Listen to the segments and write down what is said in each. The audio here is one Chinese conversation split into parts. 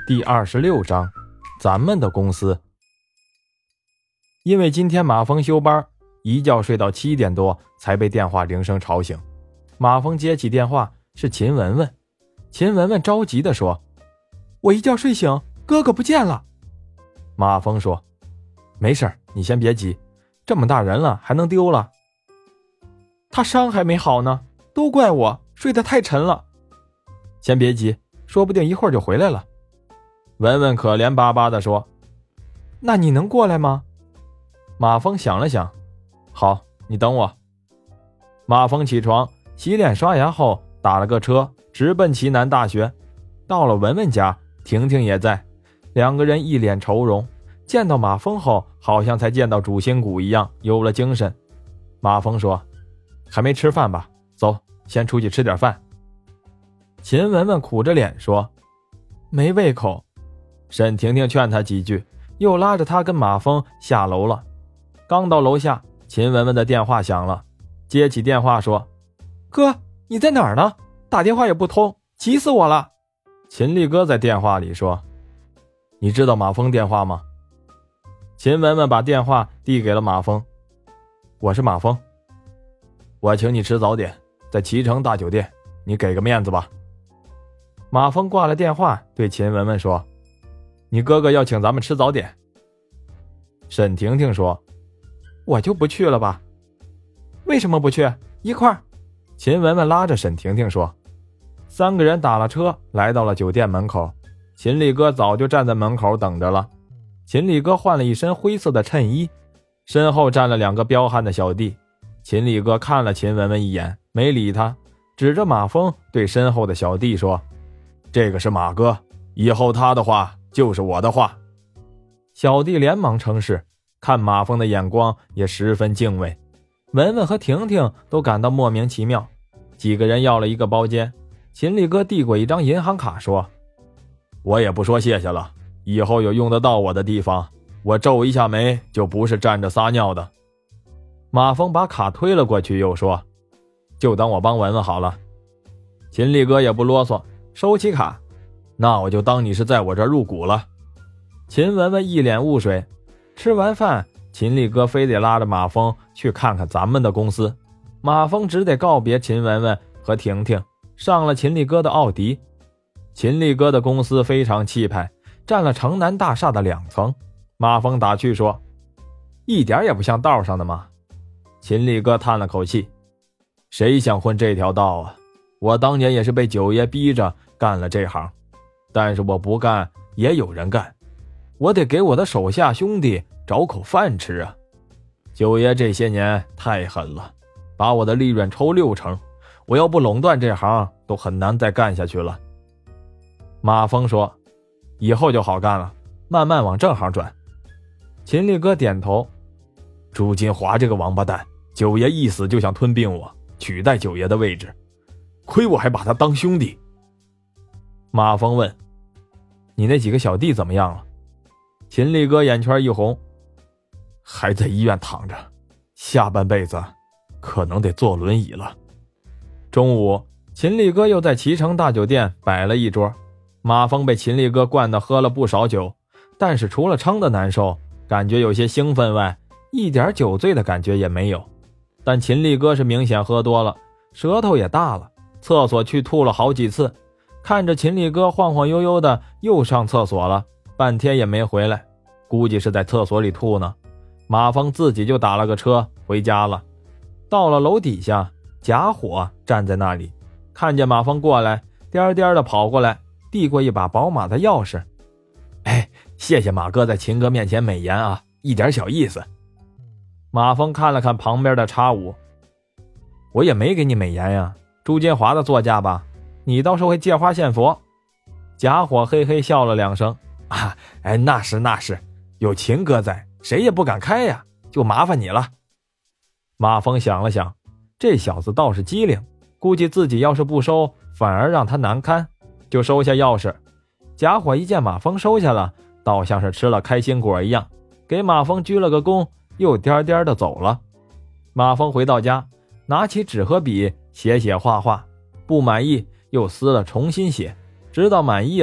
第26章，咱们的公司。因为今天马峰休班，一觉睡到7点多才被电话铃声吵醒。马峰接起电话，是秦雯雯。秦雯雯着急地说：我一觉睡醒，哥哥不见了。马峰说：没事，你先别急，这么大人了还能丢了？他伤还没好呢，都怪我睡得太沉了。先别急，说不定一会儿就回来了。雯雯可怜巴巴地说：那你能过来吗？马峰想了想，好，你等我。马峰起床洗脸刷牙后打了个车直奔齐南大学。到了雯雯家，婷婷也在，两个人一脸愁容，见到马峰后好像才见到主心骨一样，有了精神。马峰说：还没吃饭吧，走，先出去吃点饭。秦雯雯苦着脸说：没胃口。沈婷婷劝她几句，又拉着她跟马峰下楼了。刚到楼下，秦雯雯的电话响了，接起电话说：哥，你在哪儿呢？打电话也不通，急死我了。秦力哥在电话里说：你知道马峰电话吗？秦雯雯把电话递给了马峰。我是马峰，我请你吃早点，在齐城大酒店，你给个面子吧。马峰挂了电话，对秦雯雯说：你哥哥要请咱们吃早点。沈婷婷说：我就不去了吧。为什么不去？一块儿。秦雯雯拉着沈婷婷说。三个人打了车来到了酒店门口，秦力哥早就站在门口等着了。秦力哥换了一身灰色的衬衣，身后站了两个彪悍的小弟。秦力哥看了秦雯雯一眼，没理他，指着马峰对身后的小弟说：这个是马哥，以后他的话就是我的话。小弟连忙称是，看马峰的眼光也十分敬畏。雯雯和婷婷都感到莫名其妙。几个人要了一个包间，秦力哥递过一张银行卡说：我也不说谢谢了，以后有用得到我的地方，我皱一下眉就不是站着撒尿的。马峰把卡推了过去，又说：就当我帮雯雯好了。秦力哥也不啰嗦，收起卡，那我就当你是在我这儿入股了。秦雯雯一脸雾水。吃完饭，秦力哥非得拉着马峰去看看咱们的公司。马峰只得告别秦雯雯和婷婷，上了秦力哥的奥迪。秦力哥的公司非常气派，占了城南大厦的2层。马峰打趣说：一点也不像道上的嘛。秦力哥叹了口气：谁想混这条道啊？我当年也是被九爷逼着干了这行，但是我不干也有人干，我得给我的手下兄弟找口饭吃啊。九爷这些年太狠了，把我的利润抽60%，我要不垄断这行都很难再干下去了。马峰说：以后就好干了，慢慢往正行转。秦力哥点头：朱金华这个王八蛋，九爷一死就想吞并我，取代九爷的位置，亏我还把他当兄弟。马峰问：你那几个小弟怎么样了？秦力哥眼圈一红：还在医院躺着，下半辈子可能得坐轮椅了。中午，秦力哥又在齐城大酒店摆了一桌。马峰被秦力哥灌得喝了不少酒，但是除了撑的难受，感觉有些兴奋外，一点酒醉的感觉也没有。但秦力哥是明显喝多了，舌头也大了，厕所去吐了好几次。看着秦力哥晃晃悠悠的又上厕所了，半天也没回来，估计是在厕所里吐呢。马峰自己就打了个车回家了。到了楼底下，贾火站在那里，看见马峰过来，颠颠的跑过来，递过一把宝马的钥匙。谢谢马哥在秦哥面前美颜啊，一点小意思。马峰看了看旁边的叉5，我也没给你美颜呀，朱金华的座驾吧，你到时候会借花献佛。贾火嘿嘿笑了2声，那是，有秦哥在，谁也不敢开呀，就麻烦你了。马峰想了想，这小子倒是机灵，估计自己要是不收，反而让他难堪，就收下钥匙。贾火一见马峰收下了，倒像是吃了开心果一样，给马峰鞠了个躬，又颠颠的走了。马峰回到家，拿起纸和笔写画画，不满意又撕了重新写，直到满意了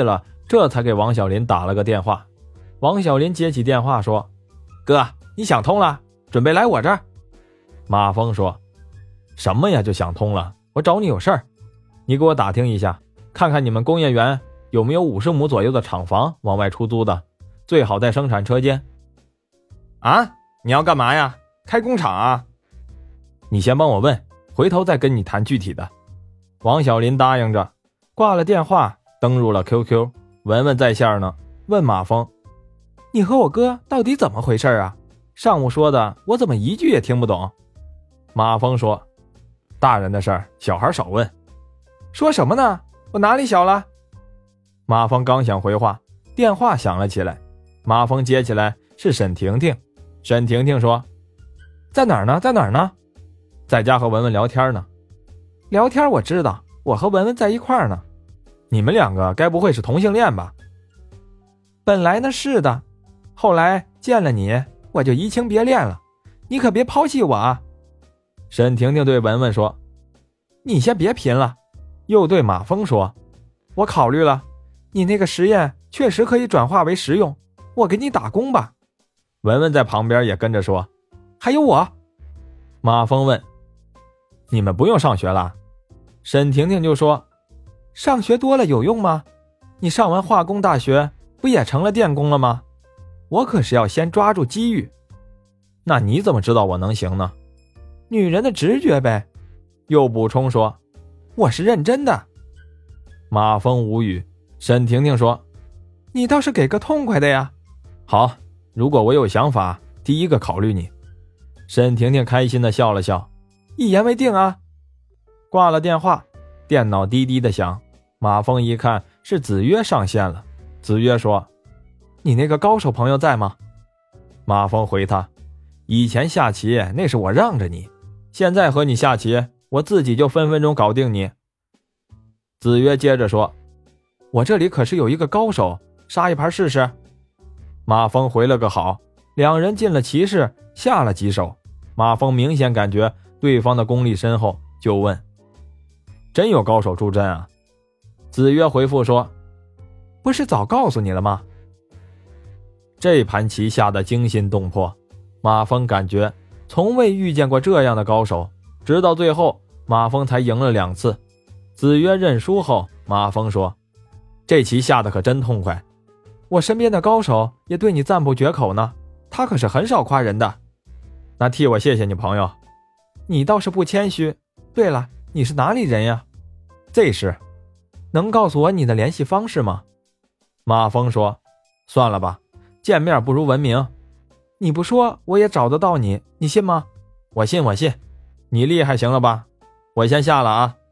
这才给王小林打了个电话。王小林接起电话说：哥，你想通了，准备来我这儿。马峰说：什么呀就想通了，我找你有事儿。你给我打听一下，看看你们工业园有没有50亩左右的厂房往外出租的，最好在生产车间。啊，你要干嘛呀？开工厂啊？你先帮我问，回头再跟你谈具体的。王小林答应着，挂了电话，登入了 QQ。 文文在线呢，问马峰：你和我哥到底怎么回事啊？上午说的我怎么一句也听不懂？马峰说：大人的事儿小孩少问。说什么呢？我哪里小了？马峰刚想回话，电话响了起来。马峰接起来，是沈婷婷。沈婷婷说：在哪儿呢？在哪儿呢？在家和文文聊天呢。聊天我知道，我和文文在一块儿呢。你们两个该不会是同性恋吧？本来呢是的，后来见了你，我就移情别恋了，你可别抛弃我啊。沈婷婷对文文说：你先别贫了。又对马峰说：我考虑了，你那个实验确实可以转化为实用，我给你打工吧。文文在旁边也跟着说：还有我。马峰问：你们不用上学了？沈婷婷就说：上学多了有用吗？你上完化工大学不也成了电工了吗？我可是要先抓住机遇。那你怎么知道我能行呢？女人的直觉呗。又补充说：我是认真的。马峰无语。沈婷婷说：你倒是给个痛快的呀。好，如果我有想法，第一个考虑你。沈婷婷开心地笑了笑：一言为定啊。挂了电话，电脑滴滴的响。马峰一看是子曰上线了。子曰说：你那个高手朋友在吗？马峰回他：以前下棋那是我让着你，现在和你下棋，我自己就分分钟搞定你。子曰接着说：我这里可是有一个高手，杀一盘试试。马峰回了个好，两人进了棋室，下了几手。马峰明显感觉对方的功力深厚，就问：真有高手出阵啊？子曰回复说：不是早告诉你了吗？这盘棋下得惊心动魄，马峰感觉从未遇见过这样的高手，直到最后马峰才赢了2次。子曰认输后，马峰说：这棋下得可真痛快，我身边的高手也对你赞不绝口呢，他可是很少夸人的。那替我谢谢你朋友。你倒是不谦虚。对了，你是哪里人呀？这是。能告诉我你的联系方式吗？马峰说：算了吧，见面不如闻名。你不说我也找得到你，你信吗？我信。你厉害行了吧？我先下了啊。